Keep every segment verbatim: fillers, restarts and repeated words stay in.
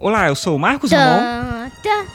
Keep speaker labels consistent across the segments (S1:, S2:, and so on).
S1: Olá, eu sou o Marcos Ramon.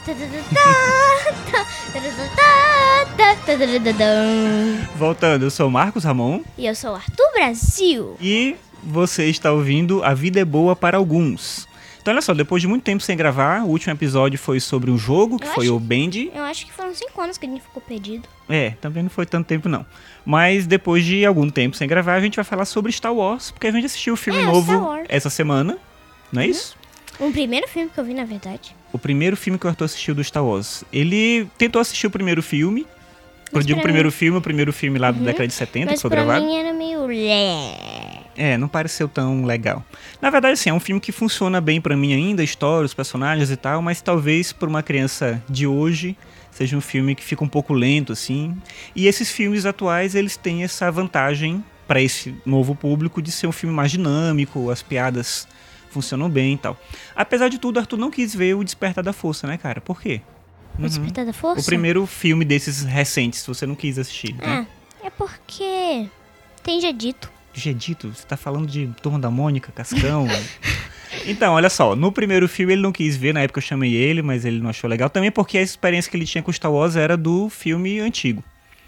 S1: Voltando, eu sou o Marcos Ramon.
S2: E eu sou o Arthur Brasil.
S1: E você está ouvindo A Vida é Boa para Alguns. Então olha só, depois de muito tempo sem gravar, o último episódio foi sobre um jogo, que
S2: Eu
S1: foi
S2: acho-
S1: o Bendy.
S2: Eu acho que foram cinco anos que a gente ficou perdido.
S1: É, também não foi tanto tempo não. Mas depois de algum tempo sem gravar, a gente vai falar sobre Star Wars, porque a gente assistiu o filme
S2: É,
S1: novo
S2: Star Wars.
S1: essa semana, não é isso?
S2: O primeiro filme que eu vi, na verdade.
S1: O primeiro filme que o Arthur assistiu do Star Wars. Ele tentou assistir o primeiro filme. Eu
S2: Mas
S1: digo o
S2: pra
S1: primeiro filme, o primeiro filme lá da década de setenta
S2: Mas
S1: que foi
S2: pra
S1: gravado.
S2: mim era meio... lé.
S1: É, não pareceu tão legal. Na verdade, assim, é um filme que funciona bem pra mim ainda, a história, os personagens e tal, mas talvez pra uma criança de hoje seja um filme que fica um pouco lento, assim. E esses filmes atuais, eles têm essa vantagem pra esse novo público de ser um filme mais dinâmico, as piadas funcionam bem e tal. Apesar de tudo, Arthur não quis ver o Despertar da Força, né, cara? Por quê?
S2: O Despertar da Força?
S1: O primeiro filme desses recentes, você não quis assistir, né?
S2: Ah, é porque... tem já dito.
S1: Gedito, você tá falando de Turma da Mônica, Cascão. Então, olha só, no primeiro filme ele não quis ver, na época eu chamei ele, mas ele não achou legal. Também porque a experiência que ele tinha com Star Wars era do filme antigo.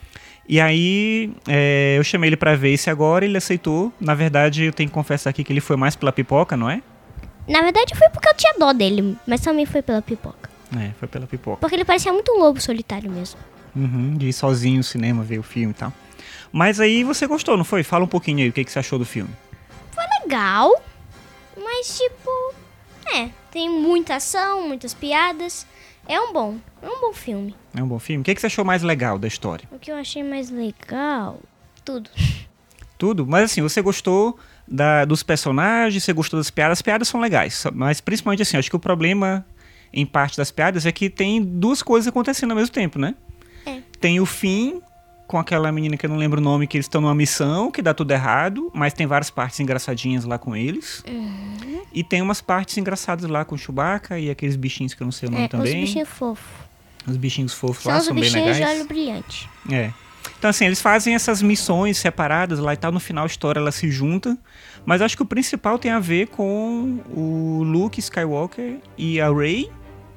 S1: E aí, é, eu chamei ele pra ver esse agora, ele aceitou. Na verdade, eu tenho que confessar aqui que ele foi mais pela pipoca, não é?
S2: Na verdade foi porque eu tinha dó dele, mas também foi pela pipoca.
S1: É, foi pela pipoca.
S2: Porque ele parecia muito um lobo solitário mesmo.
S1: Uhum, de ir sozinho no cinema ver o filme e tal. Mas aí você gostou, não foi? Fala um pouquinho aí, o que, que você achou do filme.
S2: Foi legal, mas tipo... é, tem muita ação, muitas piadas. É um bom, é um bom filme.
S1: É um bom filme? O que, que você achou mais legal da história?
S2: O que eu achei mais legal... tudo.
S1: Tudo? Mas assim, você gostou da, dos personagens, você gostou das piadas? As piadas são legais, mas principalmente assim, acho que o problema em parte das piadas é que tem duas coisas acontecendo ao mesmo tempo, né?
S2: É.
S1: Tem o Finn com aquela menina que eu não lembro o nome, que eles estão numa missão, que dá tudo errado, mas tem várias partes engraçadinhas lá com eles.
S2: Uhum.
S1: E tem umas partes engraçadas lá com o Chewbacca e aqueles bichinhos que eu não sei o nome
S2: É,
S1: também.
S2: os bichinhos fofos.
S1: Os bichinhos fofos
S2: São
S1: lá
S2: os
S1: são bem
S2: bichinhos
S1: legais.
S2: de olho brilhante.
S1: É. Então, assim, eles fazem essas missões separadas lá e tal. No final, a história ela se junta. Mas acho que o principal tem a ver com o Luke Skywalker e a Rey.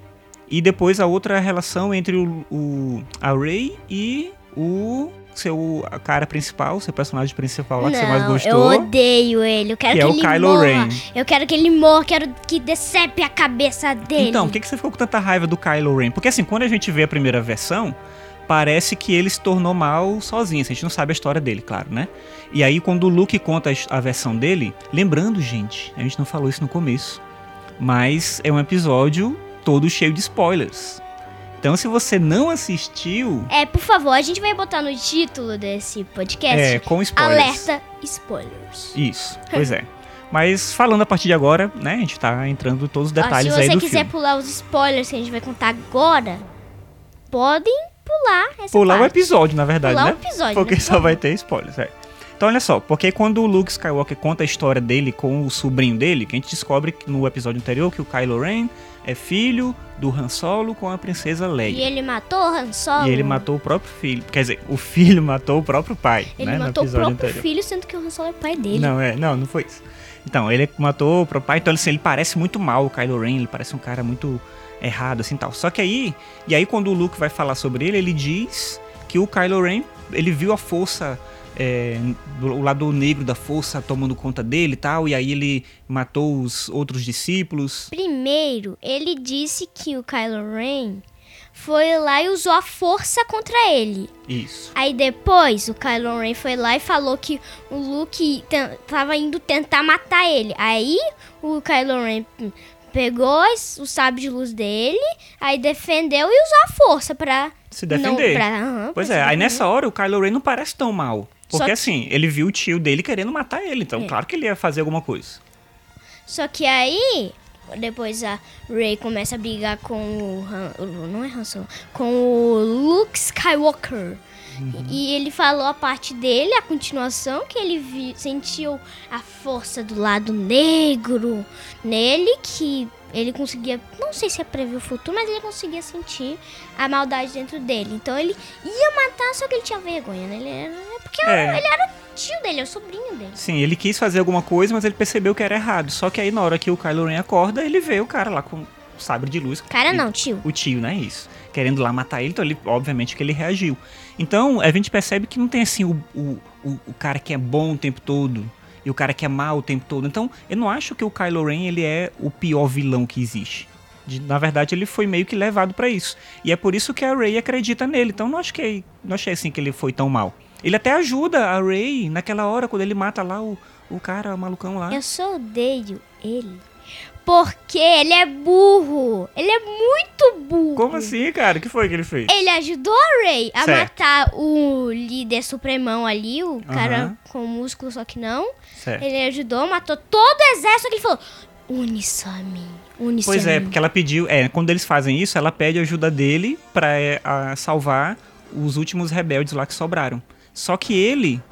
S1: E depois a outra relação entre o, o, a Rey e o seu a cara principal, seu personagem principal lá que
S2: Não,
S1: você mais
S2: eu
S1: gostou.
S2: odeio ele. Eu quero
S1: Que
S2: que,
S1: é o
S2: ele
S1: Kylo
S2: morra.
S1: Ren.
S2: Eu quero que ele morra. Quero que decepe a cabeça dele.
S1: Então, por que, que você ficou com tanta raiva do Kylo Ren? Porque assim, quando a gente vê a primeira versão, parece que ele se tornou mal sozinho. A gente não sabe a história dele, claro, né? E aí, quando o Luke conta a, a versão dele, lembrando, gente, a gente não falou isso no começo, mas é um episódio todo cheio de spoilers. Então, se você não assistiu,
S2: É, por favor, a gente vai botar no título desse podcast.
S1: é com spoilers.
S2: Alerta spoilers.
S1: Isso, pois é. Mas falando a partir de agora, né, a gente tá entrando em todos os detalhes
S2: Ó, se
S1: aí
S2: você
S1: do
S2: quiser
S1: filme.
S2: pular os spoilers que a gente vai contar agora, podem pular essa
S1: Pular o
S2: parte.
S1: episódio, na verdade,
S2: Pular
S1: né?
S2: o episódio,
S1: Porque
S2: né?
S1: só vai ter spoilers, é. Então, olha só, porque quando o Luke Skywalker conta a história dele com o sobrinho dele, que a gente descobre no episódio anterior que o Kylo Ren é filho do Han Solo com a princesa Leia.
S2: E ele matou o Han Solo.
S1: E ele matou o próprio filho. Quer dizer, o filho matou o próprio pai,
S2: Ele
S1: né?
S2: matou
S1: no
S2: o
S1: episódio
S2: próprio
S1: anterior.
S2: filho, sendo que o Han Solo é pai dele.
S1: Não, é, não, não foi isso. Então, ele matou o próprio pai, então assim, ele parece muito mal, o Kylo Ren, ele parece um cara muito errado, assim, tal. Só que aí, e aí quando o Luke vai falar sobre ele, ele diz que o Kylo Ren, ele viu a força, é, do, o lado negro da força tomando conta dele e tal, e aí ele matou os outros discípulos.
S2: Primeiro, ele disse que o Kylo Ren foi lá e usou a força contra ele.
S1: Isso.
S2: Aí depois, o Kylo Ren foi lá e falou que o Luke ten- tava indo tentar matar ele. Aí, o Kylo Ren hum, pegou es- o sábio de luz dele, aí defendeu e usou a força pra...
S1: Se defender.
S2: Não, pra, aham,
S1: Pois
S2: pra
S1: é,
S2: se
S1: aí
S2: defender.
S1: nessa hora o Kylo Ren não parece tão mal.
S2: Só
S1: Porque
S2: que-
S1: assim, ele viu o tio dele querendo matar ele, então
S2: É.
S1: claro que ele ia fazer alguma coisa.
S2: Só que aí, depois a Rey começa a brigar com o Han, não é Han Solo, com o Luke Skywalker. E ele falou a parte dele, a continuação, que ele vi, sentiu a força do lado negro nele, que ele conseguia, não sei se é prever o futuro, mas ele conseguia sentir a maldade dentro dele. Então ele ia matar, só que ele tinha vergonha, né? Ele era, porque
S1: É.
S2: ele era tio dele, é o sobrinho dele.
S1: Sim, ele quis fazer alguma coisa, mas ele percebeu que era errado. Só que aí na hora que o Kylo Ren acorda, ele vê o cara lá com sabre de luz.
S2: Cara
S1: e,
S2: não, tio.
S1: O tio, né? Isso. Querendo lá matar ele, então ele, obviamente que ele reagiu. Então, a gente percebe que não tem assim o, o, o, o cara que é bom o tempo todo e o cara que é mal o tempo todo. Então, eu não acho que o Kylo Ren ele é o pior vilão que existe. De, na verdade, ele foi meio que levado pra isso. E é por isso que a Rey acredita nele. Então, não acho que não achei assim que ele foi tão mal. Ele até ajuda a Rey naquela hora, quando ele mata lá o, o cara, o malucão lá.
S2: Eu só odeio ele porque ele é burro. Ele é muito burro.
S1: Como assim, cara? O que foi que ele fez?
S2: Ele ajudou a Rey a
S1: Certo.
S2: matar o líder supremão ali, o cara
S1: Aham.
S2: com músculo, só que não.
S1: Certo.
S2: Ele ajudou, matou todo o exército, que ele falou, une-se a mim, une-se
S1: Pois
S2: a
S1: é,
S2: mim.
S1: porque ela pediu... É, quando eles fazem isso, ela pede ajuda dele pra é, a salvar os últimos rebeldes lá que sobraram. Só que ele...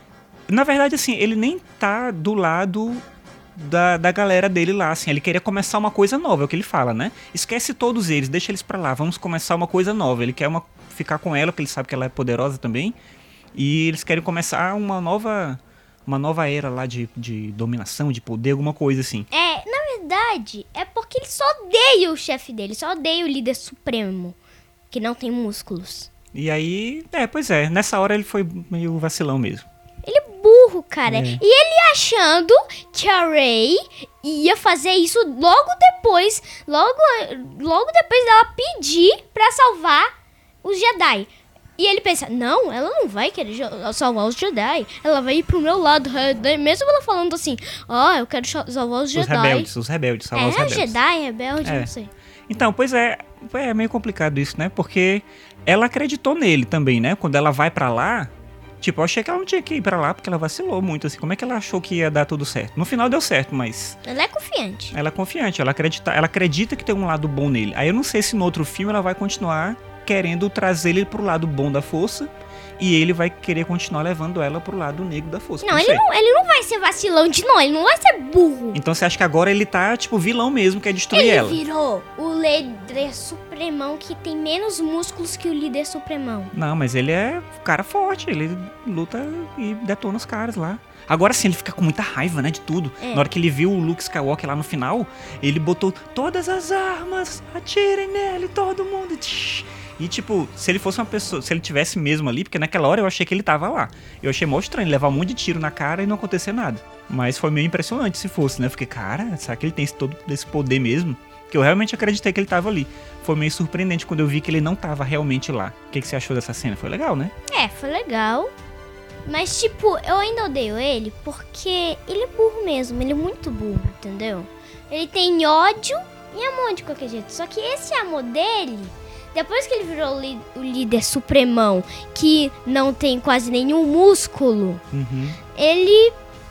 S1: Na verdade, assim, ele nem tá do lado da, da galera dele lá, assim. Ele queria começar uma coisa nova, é o que ele fala, né? Esquece todos eles, deixa eles pra lá, vamos começar uma coisa nova. Ele quer uma, ficar com ela, porque ele sabe que ela é poderosa também. E eles querem começar uma nova... Uma nova era lá de, de dominação, de poder, alguma coisa assim.
S2: É, na verdade, é porque ele só odeia o chefe dele, só odeia o líder supremo, que não tem músculos.
S1: E aí, é, pois é, nessa hora ele foi meio vacilão mesmo.
S2: Ele é burro, cara.
S1: É.
S2: E ele achando que a Rey ia fazer isso logo depois, logo, logo depois dela pedir pra salvar os Jedi. E ele pensa, não, ela não vai querer jo- salvar os Jedi. Ela vai ir pro meu lado. Mesmo ela falando assim, ó, oh, eu quero cho- salvar os
S1: Os
S2: Jedi.
S1: rebeldes, os rebeldes, salvar
S2: É,
S1: os rebeldes.
S2: Jedi, rebelde,
S1: É.
S2: não sei.
S1: Então, pois é, é meio complicado isso, né? Porque ela acreditou nele também, né? Quando ela vai pra lá, tipo, eu achei que ela não tinha que ir pra lá porque ela vacilou muito, assim. Como é que ela achou que ia dar tudo certo? No final deu certo, mas
S2: Ela é confiante.
S1: ela é confiante, ela acredita, ela acredita que tem um lado bom nele. Aí eu não sei se no outro filme ela vai continuar querendo trazer ele pro lado bom da força e ele vai querer continuar levando ela pro lado negro da força.
S2: Não, ele
S1: sei.
S2: não, ele não vai ser vacilão de não, ele não vai ser burro.
S1: Então você acha que agora ele tá, tipo, vilão mesmo, quer destruir
S2: Ele
S1: ela?
S2: virou o líder supremão que tem menos músculos que o líder supremão.
S1: Não, mas ele é um cara forte, ele luta e detona os caras lá. Agora sim, ele fica com muita raiva, né, de tudo.
S2: É.
S1: Na hora que ele viu o Luke Skywalker lá no final, ele botou todas as armas, atirem nele, todo mundo. Tsh. E tipo, se ele fosse uma pessoa, se ele tivesse mesmo ali, porque naquela hora eu achei que ele tava lá. Eu achei mó estranho levar um monte de tiro na cara e não acontecer nada. Mas foi meio impressionante se fosse, né? Eu fiquei, cara, será que ele tem esse, todo esse poder mesmo? Porque eu realmente acreditei que ele tava ali. Foi meio surpreendente quando eu vi que ele não tava realmente lá. O que, que você achou dessa cena? Foi legal, né?
S2: É, foi legal. Mas, tipo, eu ainda odeio ele porque ele é burro mesmo. Ele é muito burro, entendeu? Ele tem ódio e amor de qualquer jeito. Só que esse amor dele, depois que ele virou o, li- o líder supremão, que não tem quase nenhum músculo,
S1: Uhum,
S2: ele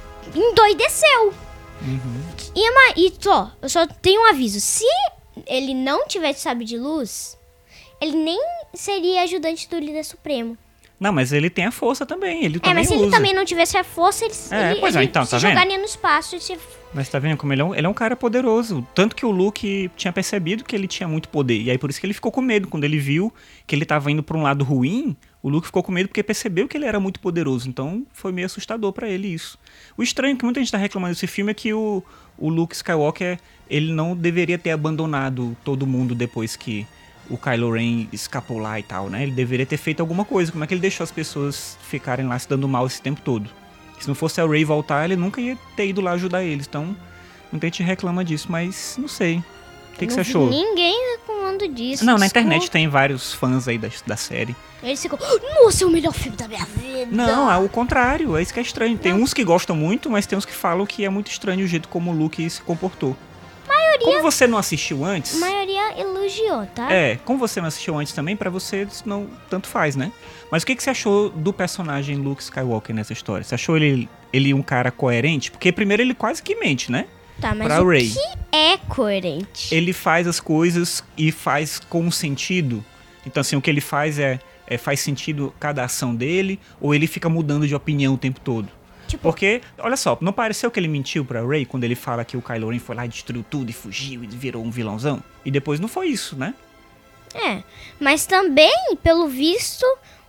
S2: endoideceu.
S1: uhum.
S2: E, ama- e só, eu só tenho um aviso. Se ele não tivesse sabre de luz, ele nem seria ajudante do líder supremo.
S1: Não, mas ele tem a força também, ele
S2: É,
S1: também
S2: mas se ele
S1: usa.
S2: também não tivesse a força, ele,
S1: É,
S2: ele,
S1: pois é,
S2: ele
S1: então,
S2: se
S1: tá vendo?
S2: jogaria no espaço e se...
S1: Mas tá vendo como ele é, um, ele é um cara poderoso. Tanto que o Luke tinha percebido que ele tinha muito poder. E aí por isso que ele ficou com medo. Quando ele viu que ele tava indo pra um lado ruim, o Luke ficou com medo porque percebeu que ele era muito poderoso. Então foi meio assustador pra ele isso. O estranho que muita gente tá reclamando desse filme é que o, o Luke Skywalker, ele não deveria ter abandonado todo mundo depois que o Kylo Ren escapou lá e tal, né? Ele deveria ter feito alguma coisa. Como é que ele deixou as pessoas ficarem lá se dando mal esse tempo todo? Se não fosse a Rey voltar, ele nunca ia ter ido lá ajudar eles. Então, muita gente reclama disso, mas não sei. O que, que você
S2: Não vi
S1: achou?
S2: ninguém reclamando disso.
S1: Não, na
S2: desculpa.
S1: internet tem vários fãs aí da, da série.
S2: Eles ficam, nossa, é o melhor filme da minha vida.
S1: Não, é o contrário, é isso que é estranho. Tem uns que gostam muito, mas tem uns que falam que é muito estranho o jeito como o Luke se comportou.
S2: maioria...
S1: Como você não assistiu antes...
S2: A maioria elogiou, tá?
S1: É, como você não assistiu antes também, pra você não tanto faz, né? Mas o que, que você achou do personagem Luke Skywalker nessa história? Você achou ele, ele um cara coerente? Porque primeiro ele quase que mente, né?
S2: Tá, mas
S1: pra
S2: o
S1: Rey.
S2: que é coerente?
S1: Ele faz as coisas e faz com sentido. Então, assim, o que ele faz é, é faz sentido cada ação dele, ou ele fica mudando de opinião o tempo todo?
S2: Tipo,
S1: Porque, olha só, não pareceu que ele mentiu pra Rey quando ele fala que o Kylo Ren foi lá e destruiu tudo e fugiu e virou um vilãozão? E depois não foi isso, né?
S2: é. Mas também, pelo visto,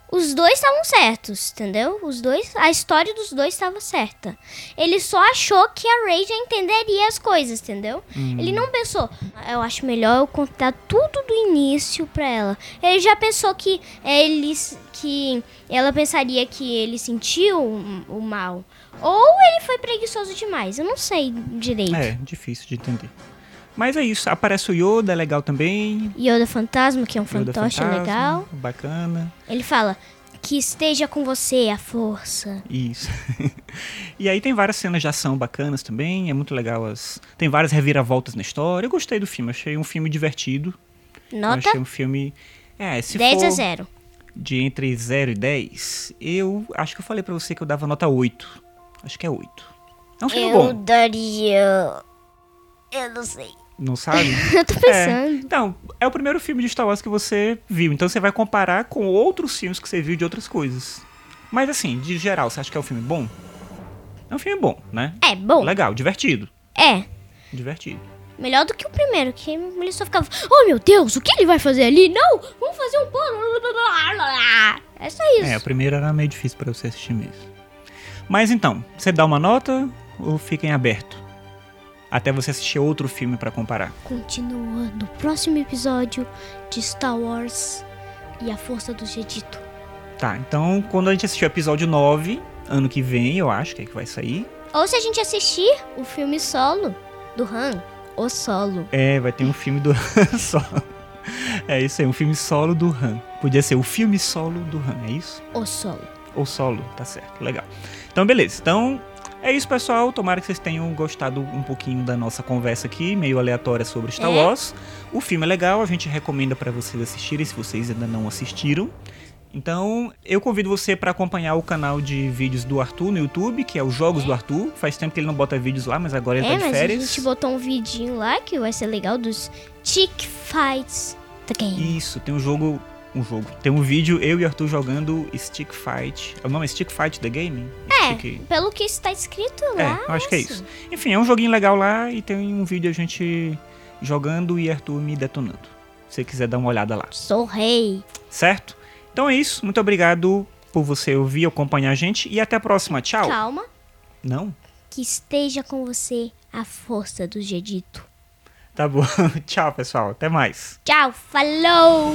S2: os dois estavam certos, entendeu? Os dois, a história dos dois estava certa. Ele só achou que a Rey já entenderia as coisas, entendeu? Hum. Ele não pensou, eu acho melhor eu contar tudo do início pra ela. Ele já pensou que ele, que ela pensaria que ele sentiu o, o mal. Ou ele foi preguiçoso demais, eu não sei direito.
S1: É, difícil de entender. Mas é isso, aparece o Yoda, é legal também.
S2: Yoda fantasma, que é um
S1: Yoda
S2: fantoche
S1: fantasma,
S2: legal.
S1: Bacana.
S2: Ele fala, que esteja com você a força.
S1: Isso. E aí tem várias cenas de ação bacanas também, é muito legal. As... Tem várias reviravoltas na história. Eu gostei do filme, achei um filme divertido.
S2: Nota?
S1: Eu achei um filme... É, se
S2: dez
S1: for
S2: a zero.
S1: De entre zero e dez, eu acho que eu falei pra você que eu dava nota oito. Acho que é oito. É um filme
S2: eu
S1: bom.
S2: Eu daria... Eu não sei.
S1: Não sabe?
S2: Eu tô pensando.
S1: É. Então, é o primeiro filme de Star Wars que você viu. Então você vai comparar com outros filmes que você viu de outras coisas. Mas assim, de geral, você acha que é um filme bom? É um filme bom, né?
S2: É, bom.
S1: Legal, divertido.
S2: É.
S1: Divertido.
S2: Melhor do que o primeiro, que ele só ficava... Oh, meu Deus, o que ele vai fazer ali? Não, vamos fazer um plano. É só isso.
S1: É, o primeiro era meio difícil pra você assistir mesmo. Mas então, você dá uma nota ou fica em aberto? Até você assistir outro filme pra comparar.
S2: Continua no próximo episódio de Star Wars e a Força do Jedito.
S1: Tá, então quando a gente assistir o episódio nove, ano que vem, eu acho que é que vai sair.
S2: Ou se a gente assistir o filme solo do Han, o Solo.
S1: É, vai ter um filme do Han solo. É isso aí, um filme solo do Han. Podia ser o filme solo do Han, é isso?
S2: O Solo.
S1: O Solo, tá certo, legal. Então beleza, então... É isso, pessoal. Tomara que vocês tenham gostado um pouquinho da nossa conversa aqui, meio aleatória sobre Star
S2: é.
S1: Wars. O filme é legal, a gente recomenda para vocês assistirem, se vocês ainda não assistiram. Então, eu convido você para acompanhar o canal de vídeos do Arthur no YouTube, que é os Jogos
S2: é.
S1: do Arthur. Faz tempo que ele não bota vídeos lá, mas agora ele
S2: é,
S1: tá de
S2: mas
S1: férias.
S2: A gente botou um vidinho lá que vai ser legal dos Chick Fights the Game.
S1: Isso, tem um jogo... Um jogo. Tem um vídeo, eu e Arthur jogando Stick Fight. O nome é Stick Fight The Game?
S2: É,
S1: Stick...
S2: pelo que está escrito
S1: é,
S2: lá.
S1: eu acho que é isso. Enfim, é um joguinho legal lá e tem um vídeo a gente jogando e Arthur me detonando. Se você quiser dar uma olhada lá.
S2: Sou rei.
S1: Certo? Então é isso. Muito obrigado por você ouvir e acompanhar a gente. E até a próxima. Tchau.
S2: Calma.
S1: Não?
S2: Que esteja com você a força do Jedito.
S1: Tá bom. Tchau, pessoal. Até mais.
S2: Tchau. Falou!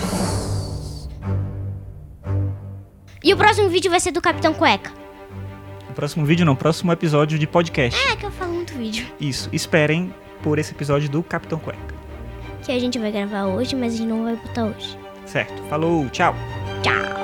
S2: E o próximo vídeo vai ser do Capitão Cueca.
S1: O próximo vídeo não, o próximo episódio de podcast.
S2: É, que eu falo muito vídeo.
S1: Isso, esperem por esse episódio do Capitão Cueca.
S2: Que a gente vai gravar hoje, mas a gente não vai botar hoje.
S1: Certo, falou, tchau.
S2: Tchau.